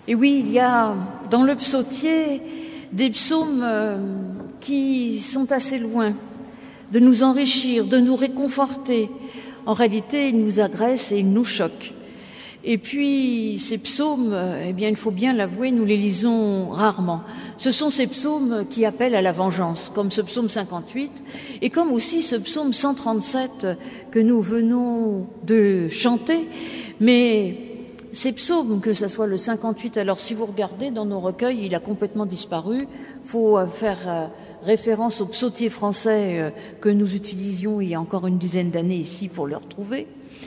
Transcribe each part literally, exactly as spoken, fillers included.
Et oui, il y a dans le psautier des psaumes euh, qui sont assez loin de nous enrichir, de nous réconforter. En réalité, ils nous agressent et ils nous choquent. Et puis, ces psaumes, eh bien, il faut bien l'avouer, nous les lisons rarement. Ce sont ces psaumes qui appellent à la vengeance, comme ce psaume cinquante-huit, et comme aussi ce psaume cent trente-sept que nous venons de chanter. Mais ces psaumes, que ce soit le cinquante-huit, alors si vous regardez dans nos recueils, il a complètement disparu. Il faut faire référence au psautier français que nous utilisions il y a encore une dizaine d'années ici pour le retrouver.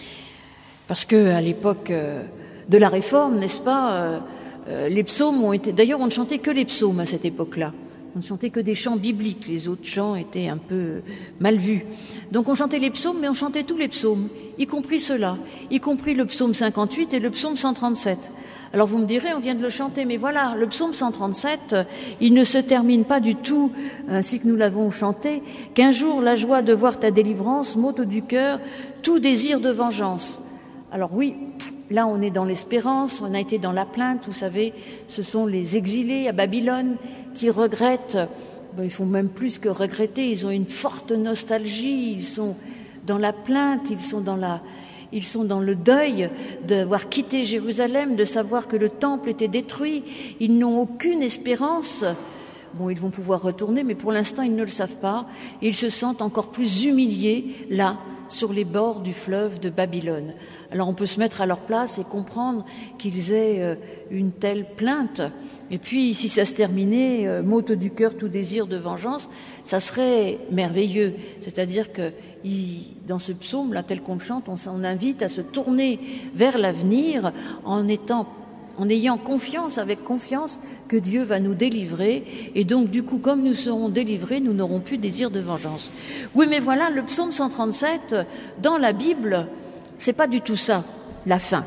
Parce qu'à l'époque de la Réforme, n'est-ce pas, les psaumes ont été... D'ailleurs, on ne chantait que les psaumes à cette époque-là. On ne chantait que des chants bibliques. Les autres chants étaient un peu mal vus. Donc on chantait les psaumes, mais on chantait tous les psaumes, y compris ceux-là, y compris le psaume cinquante-huit et le psaume cent trente-sept. Alors vous me direz, on vient de le chanter, mais voilà, le psaume cent trente-sept, il ne se termine pas du tout, ainsi que nous l'avons chanté, qu'un jour la joie de voir ta délivrance m'ôte du cœur tout désir de vengeance. Alors oui, là on est dans l'espérance, on a été dans la plainte, vous savez, ce sont les exilés à Babylone qui regrettent, ben, ils font même plus que regretter, ils ont une forte nostalgie, ils sont dans la plainte, ils sont dans la... Ils sont dans le deuil d'avoir quitté Jérusalem, de savoir que le temple était détruit. Ils n'ont aucune espérance. Bon, ils vont pouvoir retourner, mais pour l'instant, ils ne le savent pas. Et ils se sentent encore plus humiliés, là, sur les bords du fleuve de Babylone. Alors, on peut se mettre à leur place et comprendre qu'ils aient une telle plainte. Et puis, si ça se terminait, euh, m'ôte du cœur tout désir de vengeance, ça serait merveilleux. C'est-à-dire que Il, dans ce psaume, là, tel qu'on le chante, on s'en invite à se tourner vers l'avenir en étant, en ayant confiance, avec confiance, que Dieu va nous délivrer. Et donc, du coup, comme nous serons délivrés, nous n'aurons plus désir de vengeance. Oui, mais voilà, le psaume cent trente-sept, dans la Bible, c'est pas du tout ça, la fin.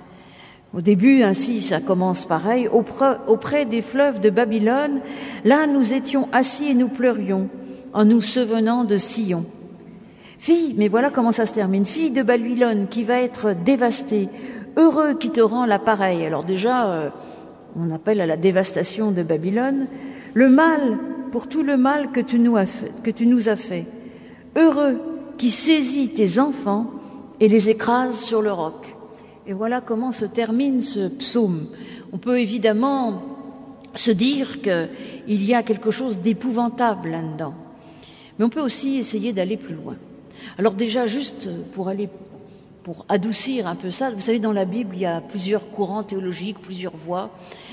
Au début, ainsi, ça commence pareil. Auprès, auprès des fleuves de Babylone, là, nous étions assis et nous pleurions en nous souvenant de Sion. Fille, mais voilà comment ça se termine, fille de Babylone qui va être dévastée, heureux qui te rend la pareille. Alors déjà, euh, on appelle à la dévastation de Babylone, le mal, pour tout le mal que tu nous as fait, que tu nous as fait. Heureux qui saisit tes enfants et les écrase sur le roc. Et voilà comment se termine ce psaume. On peut évidemment se dire qu'il y a quelque chose d'épouvantable là-dedans. Mais on peut aussi essayer d'aller plus loin. Alors déjà, juste pour aller, pour adoucir un peu ça, vous savez, dans la Bible, il y a plusieurs courants théologiques, plusieurs voies.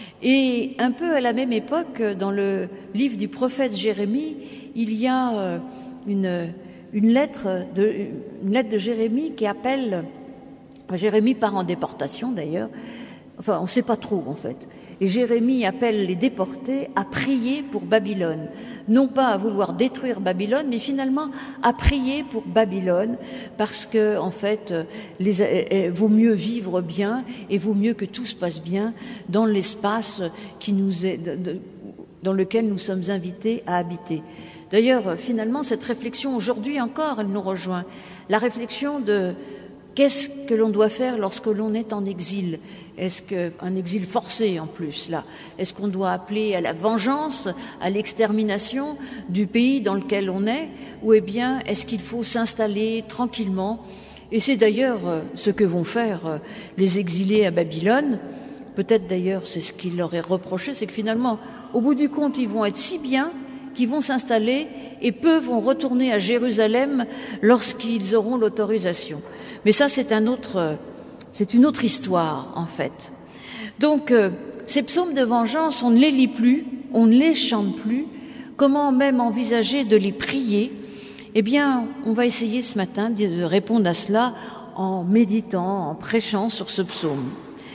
Et un peu à la même époque, dans le livre du prophète Jérémie, il y a une, une, lettre, de, une lettre de Jérémie qui appelle, Jérémie part en déportation d'ailleurs, enfin on ne sait pas trop en fait. Et Jérémie appelle les déportés à prier pour Babylone. Non pas à vouloir détruire Babylone, mais finalement à prier pour Babylone, parce que en fait, les, eh, vaut mieux vivre bien et vaut mieux que tout se passe bien dans l'espace qui nous est, de, dans lequel nous sommes invités à habiter. D'ailleurs, finalement, cette réflexion aujourd'hui encore, elle nous rejoint. La réflexion de qu'est-ce que l'on doit faire lorsque l'on est en exil? Est-ce qu'un exil forcé en plus, là? Est-ce qu'on doit appeler à la vengeance, à l'extermination du pays dans lequel on est? Ou eh bien, est-ce qu'il faut s'installer tranquillement? Et c'est d'ailleurs ce que vont faire les exilés à Babylone. Peut-être d'ailleurs, c'est ce qu'il leur est reproché, c'est que finalement, au bout du compte, ils vont être si bien qu'ils vont s'installer et peu vont retourner à Jérusalem lorsqu'ils auront l'autorisation. Mais ça, c'est un autre... C'est une autre histoire, en fait. Donc, euh, ces psaumes de vengeance, on ne les lit plus, on ne les chante plus. Comment même envisager de les prier? Eh bien, on va essayer ce matin de répondre à cela en méditant, en prêchant sur ce psaume.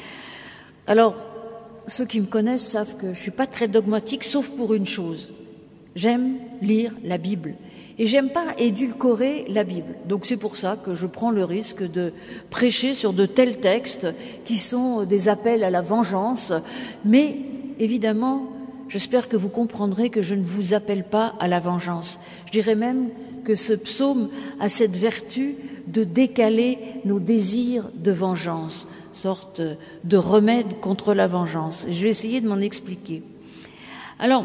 Alors, ceux qui me connaissent savent que je ne suis pas très dogmatique, sauf pour une chose. J'aime lire la Bible. Et j'aime pas édulcorer la Bible. Donc c'est pour ça que je prends le risque de prêcher sur de tels textes qui sont des appels à la vengeance. Mais évidemment, j'espère que vous comprendrez que je ne vous appelle pas à la vengeance. Je dirais même que ce psaume a cette vertu de décaler nos désirs de vengeance. sorte de remède contre la vengeance. Et je vais essayer de m'en expliquer. Alors,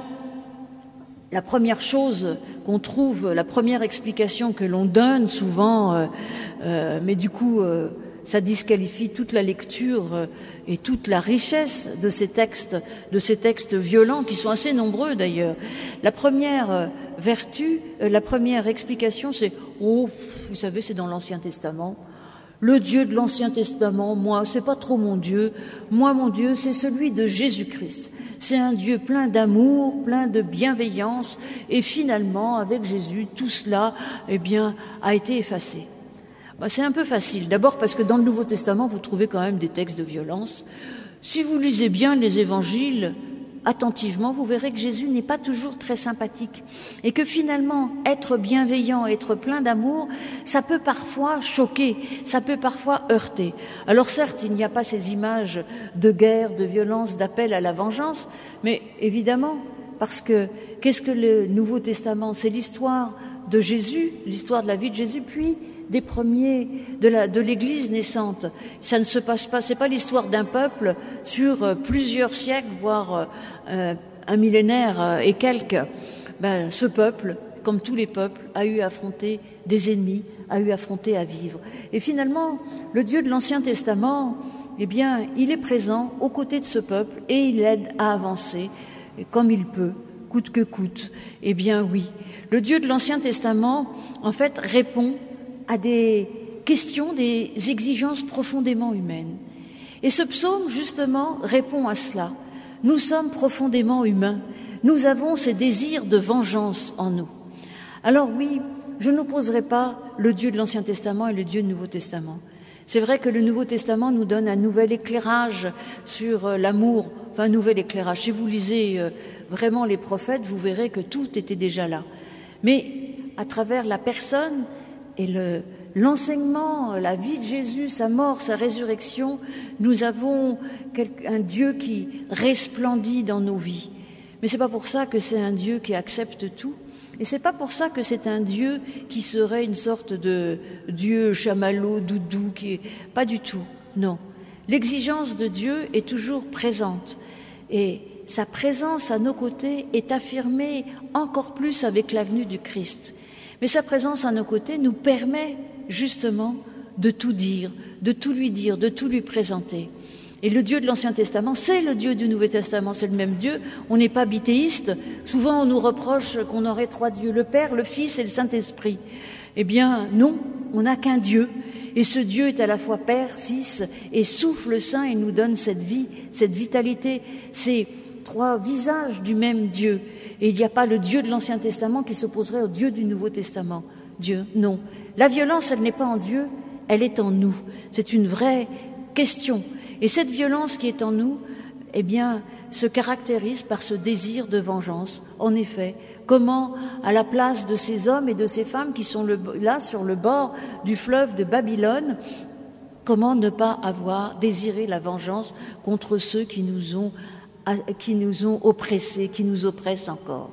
la première chose qu'on trouve, la première explication que l'on donne souvent, euh, euh, mais du coup, euh, ça disqualifie toute la lecture euh, et toute la richesse de ces textes, de ces textes violents qui sont assez nombreux d'ailleurs. La première euh, vertu, euh, la première explication, c'est « Oh, vous savez, c'est dans l'Ancien Testament. Le Dieu de l'Ancien Testament, moi, c'est pas trop mon Dieu. Moi, mon Dieu, c'est celui de Jésus-Christ. C'est un Dieu plein d'amour, plein de bienveillance, et finalement, avec Jésus, tout cela, eh bien, a été effacé. » Bah, c'est un peu facile. D'abord parce que dans le Nouveau Testament, vous trouvez quand même des textes de violence. Si vous lisez bien les évangiles attentivement, vous verrez que Jésus n'est pas toujours très sympathique et que finalement, être bienveillant, être plein d'amour, ça peut parfois choquer, ça peut parfois heurter. Alors certes, il n'y a pas ces images de guerre, de violence, d'appel à la vengeance, mais évidemment, parce que qu'est-ce que le Nouveau Testament? C'est l'histoire de Jésus, l'histoire de la vie de Jésus, puis des premiers de la de l'Église naissante. Ça ne se passe pas, c'est pas l'histoire d'un peuple sur euh, plusieurs siècles, voire euh, un millénaire euh, et quelques. Ben, ce peuple, comme tous les peuples, a eu à affronter des ennemis, a eu à affronter à vivre. Et finalement, le Dieu de l'Ancien Testament, eh bien, il est présent aux côtés de ce peuple et il aide à avancer comme il peut, coûte que coûte. Eh bien, oui. Le Dieu de l'Ancien Testament, en fait, répond à des questions, des exigences profondément humaines. Et ce psaume, justement, répond à cela. Nous sommes profondément humains. Nous avons ces désirs de vengeance en nous. Alors oui, je n'opposerai pas le Dieu de l'Ancien Testament et le Dieu du Nouveau Testament. C'est vrai que le Nouveau Testament nous donne un nouvel éclairage sur l'amour, enfin un nouvel éclairage. Si vous lisez vraiment les prophètes, vous verrez que tout était déjà là. Mais à travers la personne et le, l'enseignement, la vie de Jésus, sa mort, sa résurrection, nous avons un Dieu qui resplendit dans nos vies. Mais c'est pas pour ça que c'est un Dieu qui accepte tout. Et c'est pas pour ça que c'est un Dieu qui serait une sorte de Dieu chamallow, doudou, qui est pas du tout. Non. L'exigence de Dieu est toujours présente. Et sa présence à nos côtés est affirmée encore plus avec la venue du Christ. Mais sa présence à nos côtés nous permet justement de tout dire, de tout lui dire, de tout lui présenter. Et le Dieu de l'Ancien Testament, c'est le Dieu du Nouveau Testament, c'est le même Dieu. On n'est pas bithéiste. Souvent, on nous reproche qu'on aurait trois dieux, le Père, le Fils et le Saint-Esprit. Eh bien, non, on n'a qu'un Dieu. Et ce Dieu est à la fois Père, Fils et souffle saint et nous donne cette vie, cette vitalité. C'est trois visages du même Dieu. Et il n'y a pas le Dieu de l'Ancien Testament qui s'opposerait au Dieu du Nouveau Testament. Dieu, non. La violence, elle n'est pas en Dieu, elle est en nous. C'est une vraie question. Et cette violence qui est en nous, eh bien, se caractérise par ce désir de vengeance. En effet, comment, à la place de ces hommes et de ces femmes qui sont le, là, sur le bord du fleuve de Babylone, comment ne pas avoir désiré la vengeance contre ceux qui nous ont, qui nous ont oppressés, qui nous oppressent encore.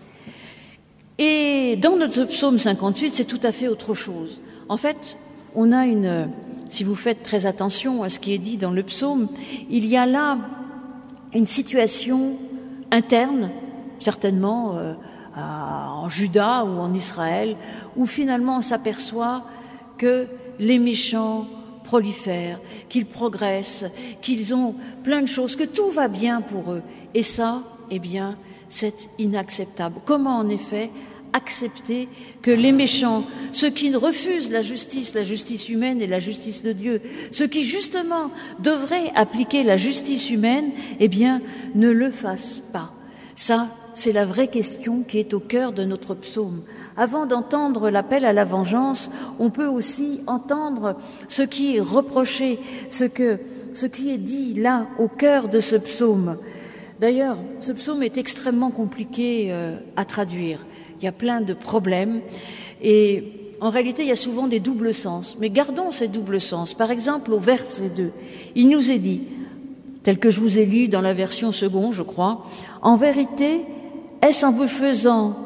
Et dans notre psaume cinquante-huit, c'est tout à fait autre chose. En fait, on a une... Si vous faites très attention à ce qui est dit dans le psaume, il y a là une situation interne, certainement euh, à, en Juda ou en Israël, où finalement on s'aperçoit que les méchants prolifèrent, qu'ils progressent, qu'ils ont plein de choses, que tout va bien pour eux. Et ça, eh bien, c'est inacceptable. Comment en effet accepter que les méchants, ceux qui refusent la justice, la justice humaine et la justice de Dieu, ceux qui justement devraient appliquer la justice humaine, eh bien, ne le fassent pas. Ça, c'est la vraie question qui est au cœur de notre psaume. Avant d'entendre l'appel à la vengeance, on peut aussi entendre ce qui est reproché, ce que, ce qui est dit là, au cœur de ce psaume. D'ailleurs, ce psaume est extrêmement compliqué euh, à traduire. Il y a plein de problèmes et en réalité, il y a souvent des doubles sens. Mais gardons ces doubles sens. Par exemple, au verset deux, il nous est dit, tel que je vous ai lu dans la version seconde, je crois, « En vérité, est-ce en vous faisant...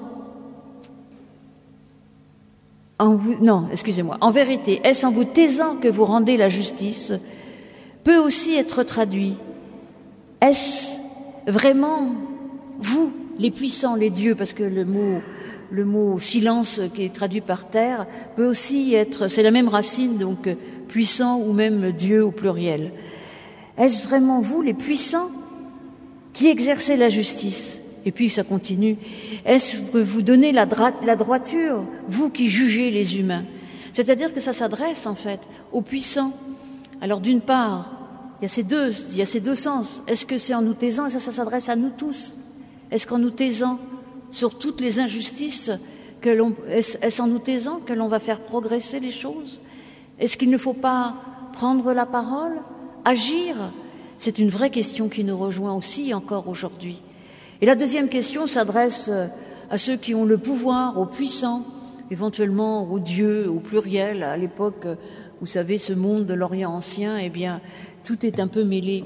En vous, non, excusez-moi. En vérité, est-ce en vous taisant que vous rendez la justice ? peut aussi être traduit. Est-ce vraiment vous, les puissants, les dieux, parce que le mot, le mot silence qui est traduit par terre peut aussi être, c'est la même racine, donc puissant ou même Dieu au pluriel. Est-ce vraiment vous, les puissants, qui exercez la justice? Et puis ça continue. Est-ce que vous donnez la, dra- la droiture, vous qui jugez les humains? C'est-à-dire que ça s'adresse en fait aux puissants. Alors d'une part, il y a ces deux, il y a ces deux sens. Est-ce que c'est en nous taisant, et ça, ça s'adresse à nous tous? Est-ce qu'en nous taisant sur toutes les injustices, que l'on, est-ce, est-ce en nous taisant que l'on va faire progresser les choses? Est-ce qu'il ne faut pas prendre la parole, agir? C'est une vraie question qui nous rejoint aussi encore aujourd'hui. Et la deuxième question s'adresse à ceux qui ont le pouvoir, aux puissants, éventuellement aux dieux, au pluriel. À l'époque, vous savez, ce monde de l'Orient ancien, eh bien, tout est un peu mêlé.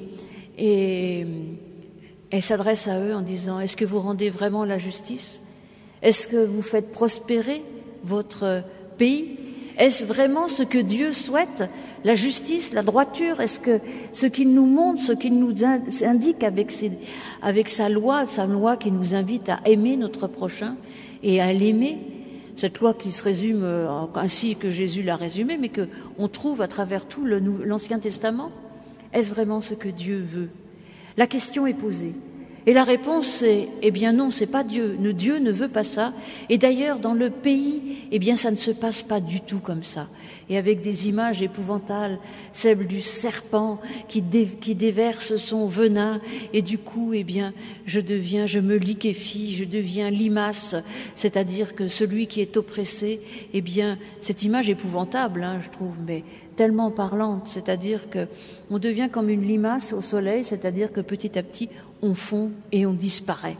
Et elle s'adresse à eux en disant, est-ce que vous rendez vraiment la justice? Est-ce que vous faites prospérer votre pays? Est-ce vraiment ce que Dieu souhaite? La justice, la droiture, est-ce que ce qu'il nous montre, ce qu'il nous indique avec, ses, avec sa loi, sa loi qui nous invite à aimer notre prochain et à l'aimer, cette loi qui se résume ainsi que Jésus l'a résumée, mais qu'on trouve à travers tout le, l'Ancien Testament, est-ce vraiment ce que Dieu veut? La question est posée. Et la réponse est, eh bien non, c'est pas Dieu. Ne, Dieu ne veut pas ça. Et d'ailleurs, dans le pays, eh bien, ça ne se passe pas du tout comme ça. Et avec des images épouvantables, celle du serpent qui, dé, qui déverse son venin, et du coup, eh bien, je deviens, je me liquéfie, je deviens limace, c'est-à-dire que celui qui est oppressé, eh bien, cette image épouvantable, hein, je trouve, mais tellement parlante, c'est-à-dire que on devient comme une limace au soleil, c'est-à-dire que petit à petit, on fond et on disparaît.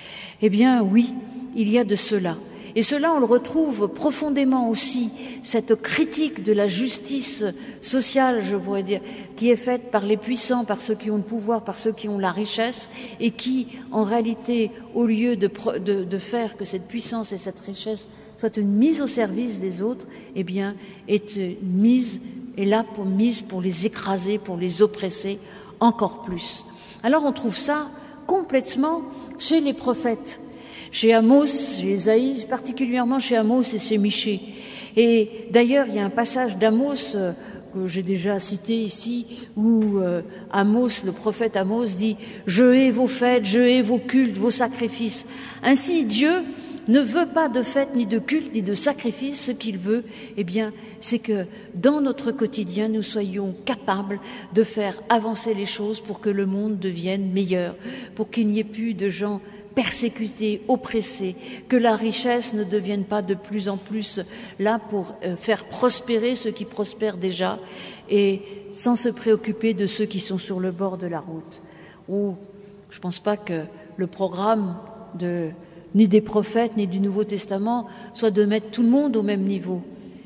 Eh bien, oui, il y a de cela. Et cela, on le retrouve profondément aussi, cette critique de la justice sociale, je pourrais dire, qui est faite par les puissants, par ceux qui ont le pouvoir, par ceux qui ont la richesse, et qui, en réalité, au lieu de, de, de faire que cette puissance et cette richesse soient une mise au service des autres, eh bien, est une mise, est là pour mise pour les écraser, pour les oppresser encore plus. Alors, on trouve ça complètement chez les prophètes. Chez Amos, chez Ésaïe, particulièrement chez Amos et chez Michée. Et d'ailleurs, il y a un passage d'Amos euh, que j'ai déjà cité ici, où euh, Amos, le prophète Amos, dit « Je hais vos fêtes, je hais vos cultes, vos sacrifices. » Ainsi, Dieu ne veut pas de fêtes, ni de cultes, ni de sacrifices. Ce qu'il veut, eh bien, c'est que dans notre quotidien, nous soyons capables de faire avancer les choses pour que le monde devienne meilleur, pour qu'il n'y ait plus de gens persécutés, oppressés, que la richesse ne devienne pas de plus en plus là pour faire prospérer ceux qui prospèrent déjà et sans se préoccuper de ceux qui sont sur le bord de la route. Ou je ne pense pas que le programme de, ni des prophètes ni du Nouveau Testament soit de mettre tout le monde au même niveau.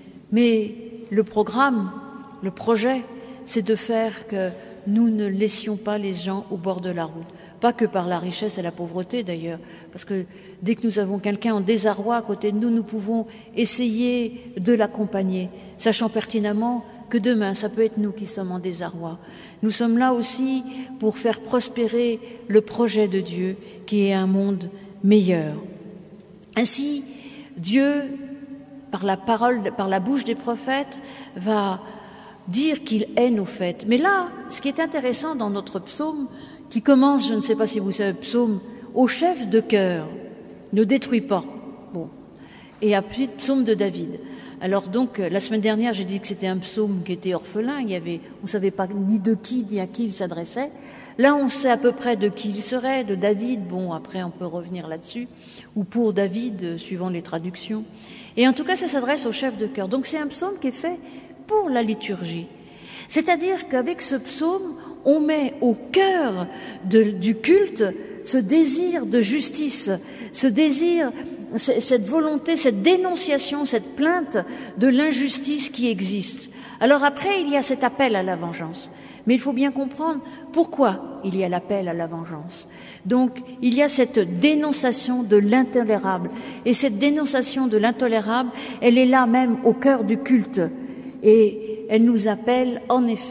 Mais le programme, le projet, c'est de faire que nous ne laissions pas les gens au bord de la route. Pas que par la richesse et la pauvreté d'ailleurs, parce que dès que nous avons quelqu'un en désarroi à côté de nous, nous pouvons essayer de l'accompagner, sachant pertinemment que demain, ça peut être nous qui sommes en désarroi. Nous sommes là aussi pour faire prospérer le projet de Dieu, qui est un monde meilleur. Ainsi, Dieu, par la parole, par la bouche des prophètes, va dire qu'il hait nos fêtes. Mais là, ce qui est intéressant dans notre psaume, qui commence, je ne sais pas si vous savez, psaume, au chef de cœur, ne détruis pas. Bon. Et après, psaume de David. Alors donc, la semaine dernière, j'ai dit que c'était un psaume qui était orphelin. Il y avait, on ne savait pas ni de qui, ni à qui il s'adressait. Là, on sait à peu près de qui il serait, de David. Bon, après, on peut revenir là-dessus. Ou pour David, suivant les traductions. Et en tout cas, ça s'adresse au chef de cœur. Donc, c'est un psaume qui est fait pour la liturgie. C'est-à-dire qu'avec ce psaume, on met au cœur de, du culte ce désir de justice, ce désir, cette volonté, cette dénonciation, cette plainte de l'injustice qui existe. Alors après, il y a cet appel à la vengeance. Mais il faut bien comprendre pourquoi il y a l'appel à la vengeance. Donc, il y a cette dénonciation de l'intolérable. Et cette dénonciation de l'intolérable, elle est là même au cœur du culte. Et elle nous appelle, en effet,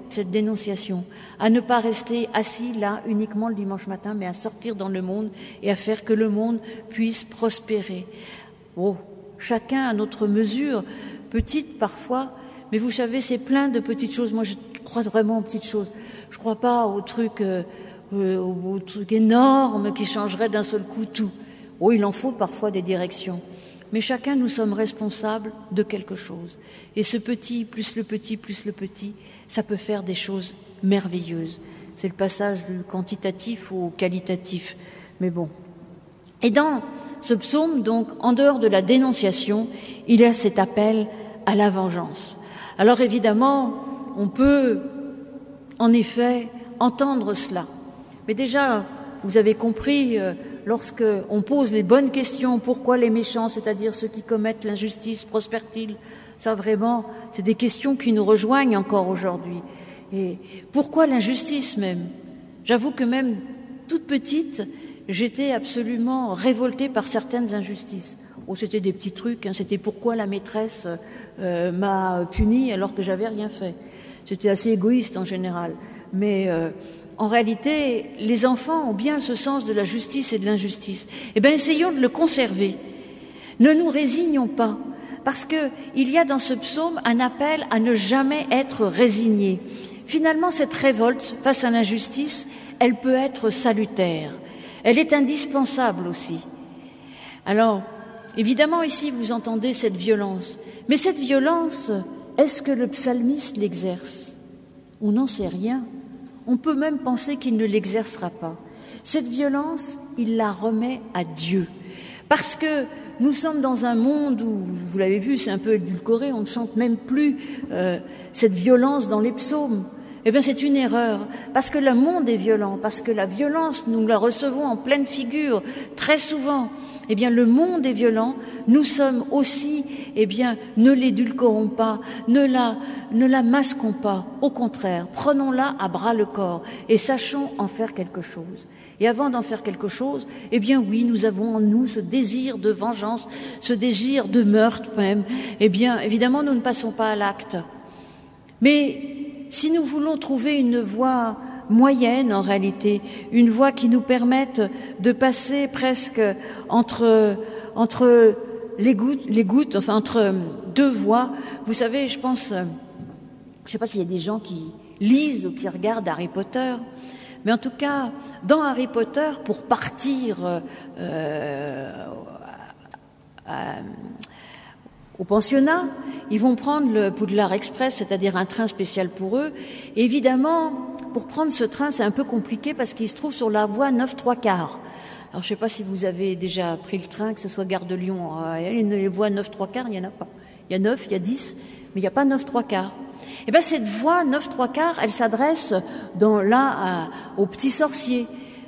cette dénonciation, à ne pas rester assis là uniquement le dimanche matin, mais à sortir dans le monde et à faire que le monde puisse prospérer. Oh, chacun à notre mesure, petite parfois, mais vous savez, c'est plein de petites choses. Moi, je crois vraiment aux petites choses. Je ne crois pas aux trucs, euh, euh, aux trucs énormes qui changeraient d'un seul coup tout. Oh, il en faut parfois des directions. Mais chacun, nous sommes responsables de quelque chose. Et ce petit, plus le petit, plus le petit, ça peut faire des choses merveilleuses. C'est le passage du quantitatif au qualitatif. Mais bon. Et dans ce psaume, donc, en dehors de la dénonciation, il y a cet appel à la vengeance. Alors évidemment, on peut, en effet, entendre cela. Mais déjà, vous avez compris... Euh, Lorsque on pose les bonnes questions, pourquoi les méchants, c'est-à-dire ceux qui commettent l'injustice, prospèrent-ils? Ça vraiment, c'est des questions qui nous rejoignent encore aujourd'hui. Et pourquoi l'injustice même? J'avoue que même toute petite, j'étais absolument révoltée par certaines injustices. Oh, c'était des petits trucs, hein, c'était pourquoi la maîtresse euh, m'a punie alors que j'avais rien fait. C'était assez égoïste en général, mais euh, en réalité, les enfants ont bien ce sens de la justice et de l'injustice. Eh bien, essayons de le conserver. Ne nous résignons pas, parce qu'il y a dans ce psaume un appel à ne jamais être résigné. Finalement, cette révolte face à l'injustice, elle peut être salutaire. Elle est indispensable aussi. Alors, évidemment, ici, vous entendez cette violence. Mais cette violence, est-ce que le psalmiste l'exerce? On n'en sait rien. On peut même penser qu'il ne l'exercera pas. Cette violence, il la remet à Dieu. Parce que nous sommes dans un monde où, vous l'avez vu, c'est un peu édulcoré, on ne chante même plus euh, cette violence dans les psaumes. Eh bien, c'est une erreur, parce que le monde est violent, parce que la violence, nous la recevons en pleine figure, très souvent. Eh bien, le monde est violent, nous sommes aussi, eh bien, ne l'édulcorons pas, ne la, ne la masquons pas. Au contraire, prenons-la à bras-le-corps et sachons en faire quelque chose. Et avant d'en faire quelque chose, eh bien oui, nous avons en nous ce désir de vengeance, ce désir de meurtre même. Eh bien, évidemment, nous ne passons pas à l'acte. Mais si nous voulons trouver une voie moyenne, en réalité, une voie qui nous permette de passer presque entre, entre les gouttes, les gouttes, enfin entre deux voies, vous savez, je pense, je ne sais pas s'il y a des gens qui lisent ou qui regardent Harry Potter, mais en tout cas, dans Harry Potter, pour partir euh, à, à, au pensionnat, ils vont prendre le Poudlard Express, c'est-à-dire un train spécial pour eux. Et évidemment, pour prendre ce train, c'est un peu compliqué parce qu'il se trouve sur la voie neuf trois quarts. Alors, je ne sais pas si vous avez déjà pris le train, que ce soit Gare de Lyon. Les voies neuf trois quarts, il n'y en a pas. Il y a neuf, il y a dix, mais il n'y a pas neuf trois quarts. Eh bien, cette voie neuf trois quarts, elle s'adresse dans, là à, aux petits sorciers.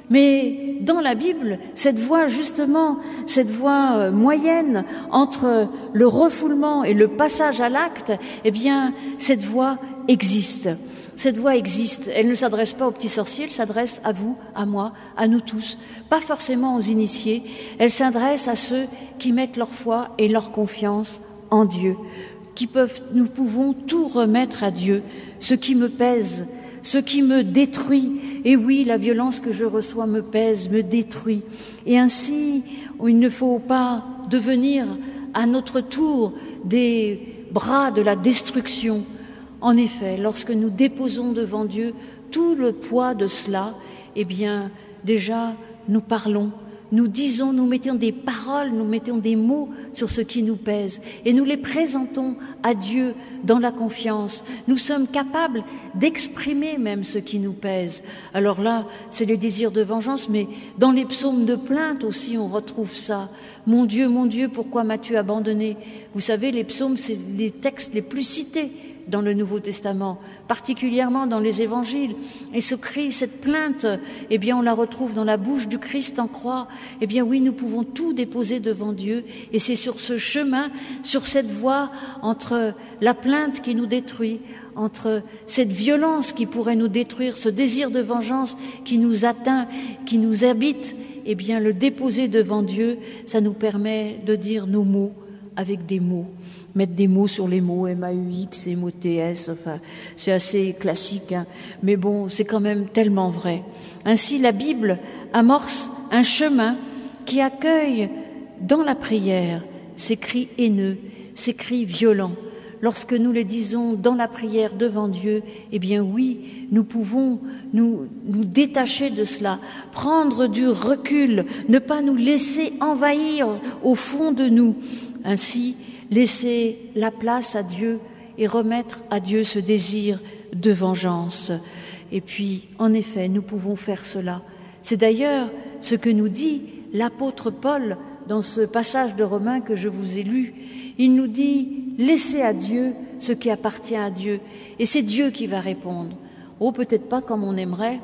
Mais dans la Bible, cette voie, justement, cette voie euh, moyenne entre le refoulement et le passage à l'acte, eh bien, cette voie existe. Cette voie existe. Elle ne s'adresse pas aux petits sorciers, elle s'adresse à vous, à moi, à nous tous. Pas forcément aux initiés. Elle s'adresse à ceux qui mettent leur foi et leur confiance en Dieu. Qui peuvent, nous pouvons tout remettre à Dieu. Ce qui me pèse, ce qui me détruit. Et oui, la violence que je reçois me pèse, me détruit. Et ainsi, il ne faut pas devenir à notre tour des bras de la destruction. En effet, lorsque nous déposons devant Dieu tout le poids de cela, eh bien, déjà, nous parlons, nous disons, nous mettons des paroles, nous mettons des mots sur ce qui nous pèse et nous les présentons à Dieu dans la confiance. Nous sommes capables d'exprimer même ce qui nous pèse. Alors là, c'est les désirs de vengeance, mais dans les psaumes de plainte aussi, on retrouve ça. Mon Dieu, mon Dieu, pourquoi m'as-tu abandonné? Vous savez, les psaumes, c'est les textes les plus cités dans le Nouveau Testament, particulièrement dans les évangiles. Et ce cri, cette plainte, eh bien, on la retrouve dans la bouche du Christ en croix. Eh bien, oui, nous pouvons tout déposer devant Dieu. Et c'est sur ce chemin, sur cette voie, entre la plainte qui nous détruit, entre cette violence qui pourrait nous détruire, ce désir de vengeance qui nous atteint, qui nous habite, eh bien, le déposer devant Dieu, ça nous permet de dire nos mots, avec des mots, mettre des mots sur les mots, M A U X, M O T S, enfin, c'est assez classique, hein, mais bon, c'est quand même tellement vrai. Ainsi, la Bible amorce un chemin qui accueille dans la prière ces cris haineux, ces cris violents. Lorsque nous les disons dans la prière devant Dieu, eh bien oui, nous pouvons nous, nous détacher de cela, prendre du recul, ne pas nous laisser envahir au fond de nous. Ainsi, laisser la place à Dieu et remettre à Dieu ce désir de vengeance. Et puis, en effet, nous pouvons faire cela. C'est d'ailleurs ce que nous dit l'apôtre Paul dans ce passage de Romains que je vous ai lu. Il nous dit « Laissez à Dieu ce qui appartient à Dieu ». Et c'est Dieu qui va répondre. Oh, peut-être pas comme on aimerait.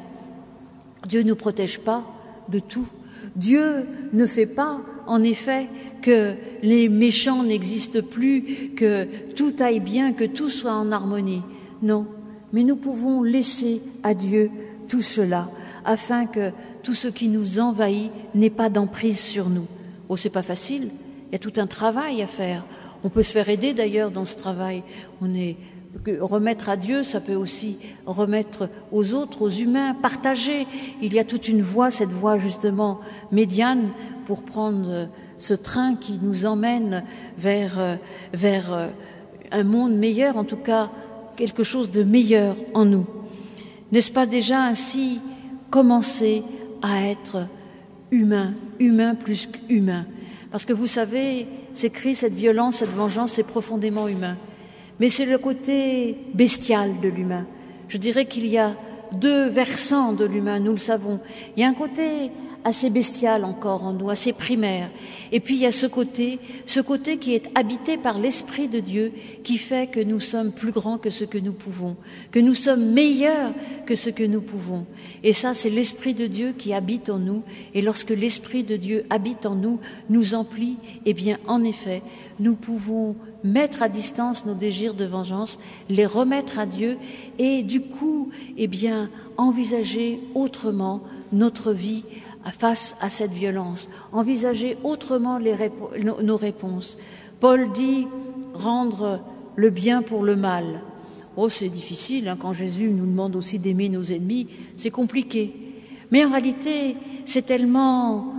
Dieu ne nous protège pas de tout. Dieu ne fait pas, en effet, que les méchants n'existent plus, que tout aille bien, que tout soit en harmonie. Non, mais nous pouvons laisser à Dieu tout cela, afin que tout ce qui nous envahit n'ait pas d'emprise sur nous. Oh, c'est pas facile, il y a tout un travail à faire. On peut se faire aider d'ailleurs dans ce travail. On est remettre à Dieu, ça peut aussi remettre aux autres, aux humains, partager. Il y a toute une voie, cette voie justement médiane, pour prendre ce train qui nous emmène vers, vers un monde meilleur, en tout cas quelque chose de meilleur en nous. N'est-ce pas déjà ainsi commencer à être humain, humain plus qu'humain? Parce que vous savez, ces cris, cette violence, cette vengeance, c'est profondément humain. Mais c'est le côté bestial de l'humain. Je dirais qu'il y a deux versants de l'humain, nous le savons. Il y a un côté assez bestial encore en nous, assez primaire. Et puis il y a ce côté, ce côté qui est habité par l'Esprit de Dieu, qui fait que nous sommes plus grands que ce que nous pouvons, que nous sommes meilleurs que ce que nous pouvons. Et ça, c'est l'Esprit de Dieu qui habite en nous. Et lorsque l'Esprit de Dieu habite en nous, nous emplit, eh bien, en effet, nous pouvons mettre à distance nos désirs de vengeance, les remettre à Dieu et du coup, eh bien, envisager autrement notre vie face à cette violence, envisager autrement les répo- nos réponses. Paul dit rendre le bien pour le mal. Oh, c'est difficile, hein, quand Jésus nous demande aussi d'aimer nos ennemis, c'est compliqué. Mais en réalité, c'est tellement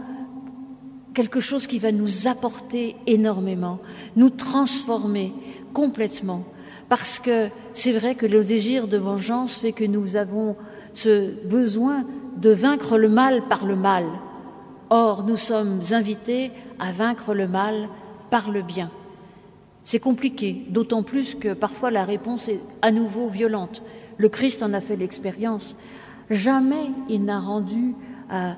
quelque chose qui va nous apporter énormément, nous transformer complètement. Parce que c'est vrai que le désir de vengeance fait que nous avons ce besoin de vaincre le mal par le mal. Or, nous sommes invités à vaincre le mal par le bien. C'est compliqué, d'autant plus que parfois la réponse est à nouveau violente. Le Christ en a fait l'expérience. Jamais il n'a rendu à,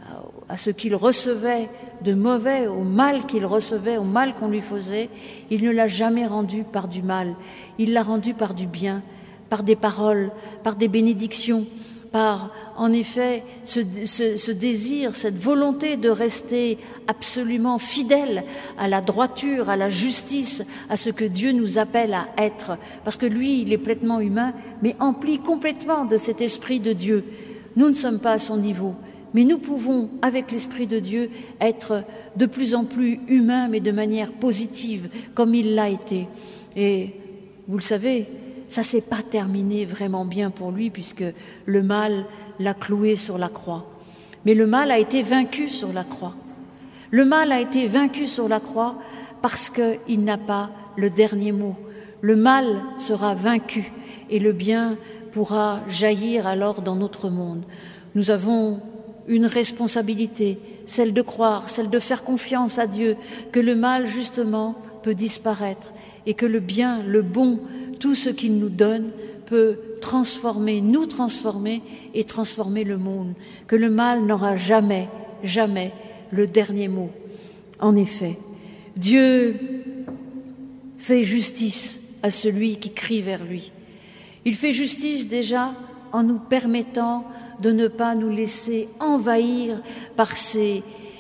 à ce qu'il recevait de mauvais, au mal qu'il recevait, au mal qu'on lui faisait, il ne l'a jamais rendu par du mal. Il l'a rendu par du bien, par des paroles, par des bénédictions, par, en effet, ce, ce, ce désir, cette volonté de rester absolument fidèle à la droiture, à la justice, à ce que Dieu nous appelle à être. Parce que lui, il est pleinement humain, mais empli complètement de cet esprit de Dieu. Nous ne sommes pas à son niveau, mais nous pouvons, avec l'esprit de Dieu, être de plus en plus humains, mais de manière positive, comme il l'a été. Et vous le savez, ça s'est pas terminé vraiment bien pour lui, puisque le mal l'a cloué sur la croix. Mais le mal a été vaincu sur la croix. Le mal a été vaincu sur la croix parce qu'il n'a pas le dernier mot. Le mal sera vaincu et le bien pourra jaillir alors dans notre monde. Nous avons une responsabilité, celle de croire, celle de faire confiance à Dieu, que le mal justement peut disparaître et que le bien, le bon, tout ce qu'il nous donne peut transformer, nous transformer et transformer le monde, que le mal n'aura jamais, jamais le dernier mot. En effet, Dieu fait justice à celui qui crie vers lui. Il fait justice déjà en nous permettant de ne pas nous laisser envahir par ces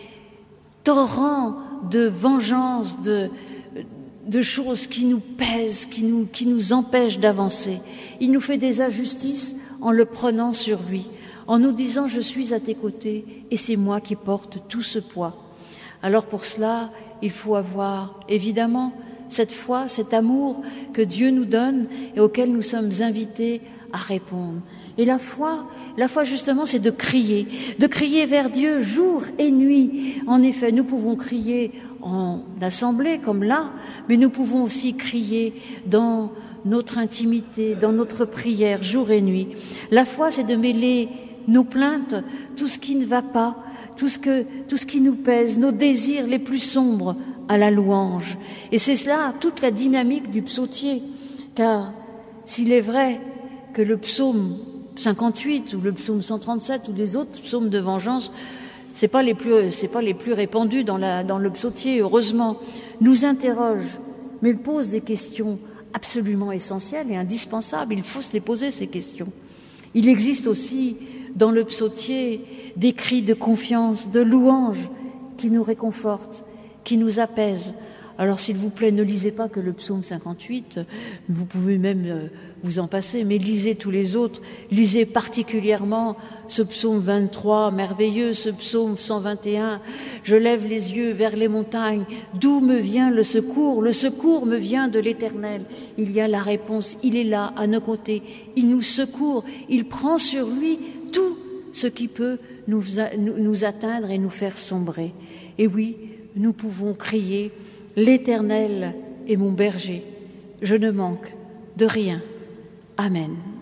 torrents de vengeance, de de choses qui nous pèsent, qui nous, qui nous empêchent d'avancer. Il nous fait des injustices en le prenant sur lui, en nous disant « je suis à tes côtés et c'est moi qui porte tout ce poids ». Alors pour cela, il faut avoir évidemment cette foi, cet amour que Dieu nous donne et auquel nous sommes invités à répondre. Et la foi, la foi justement, c'est de crier, de crier vers Dieu jour et nuit. En effet, nous pouvons crier en assemblée comme là, mais nous pouvons aussi crier dans notre intimité, dans notre prière jour et nuit. La foi, c'est de mêler nos plaintes, tout ce qui ne va pas, tout ce que, tout ce qui nous pèse, nos désirs les plus sombres à la louange. Et c'est cela, toute la dynamique du psautier. Car s'il est vrai que le psaume cinquante-huit ou le psaume cent trente-sept ou les autres psaumes de vengeance, c'est pas les plus, c'est pas les plus répandus dans la, dans le psautier, heureusement, nous interrogent, mais posent des questions absolument essentielles et indispensables. Il faut se les poser, ces questions. Il existe aussi dans le psautier des cris de confiance, de louange qui nous réconfortent, qui nous apaisent. Alors s'il vous plaît, ne lisez pas que le psaume cinquante-huit, vous pouvez même vous en passer, mais lisez tous les autres, lisez particulièrement ce psaume vingt-trois, merveilleux, ce psaume cent vingt et un, je lève les yeux vers les montagnes, d'où me vient le secours? Le secours me vient de l'Éternel. Il y a la réponse, il est là, à nos côtés, il nous secourt, il prend sur lui tout ce qui peut nous, nous atteindre et nous faire sombrer. Et oui, nous pouvons crier, l'Éternel est mon berger, je ne manque de rien. Amen.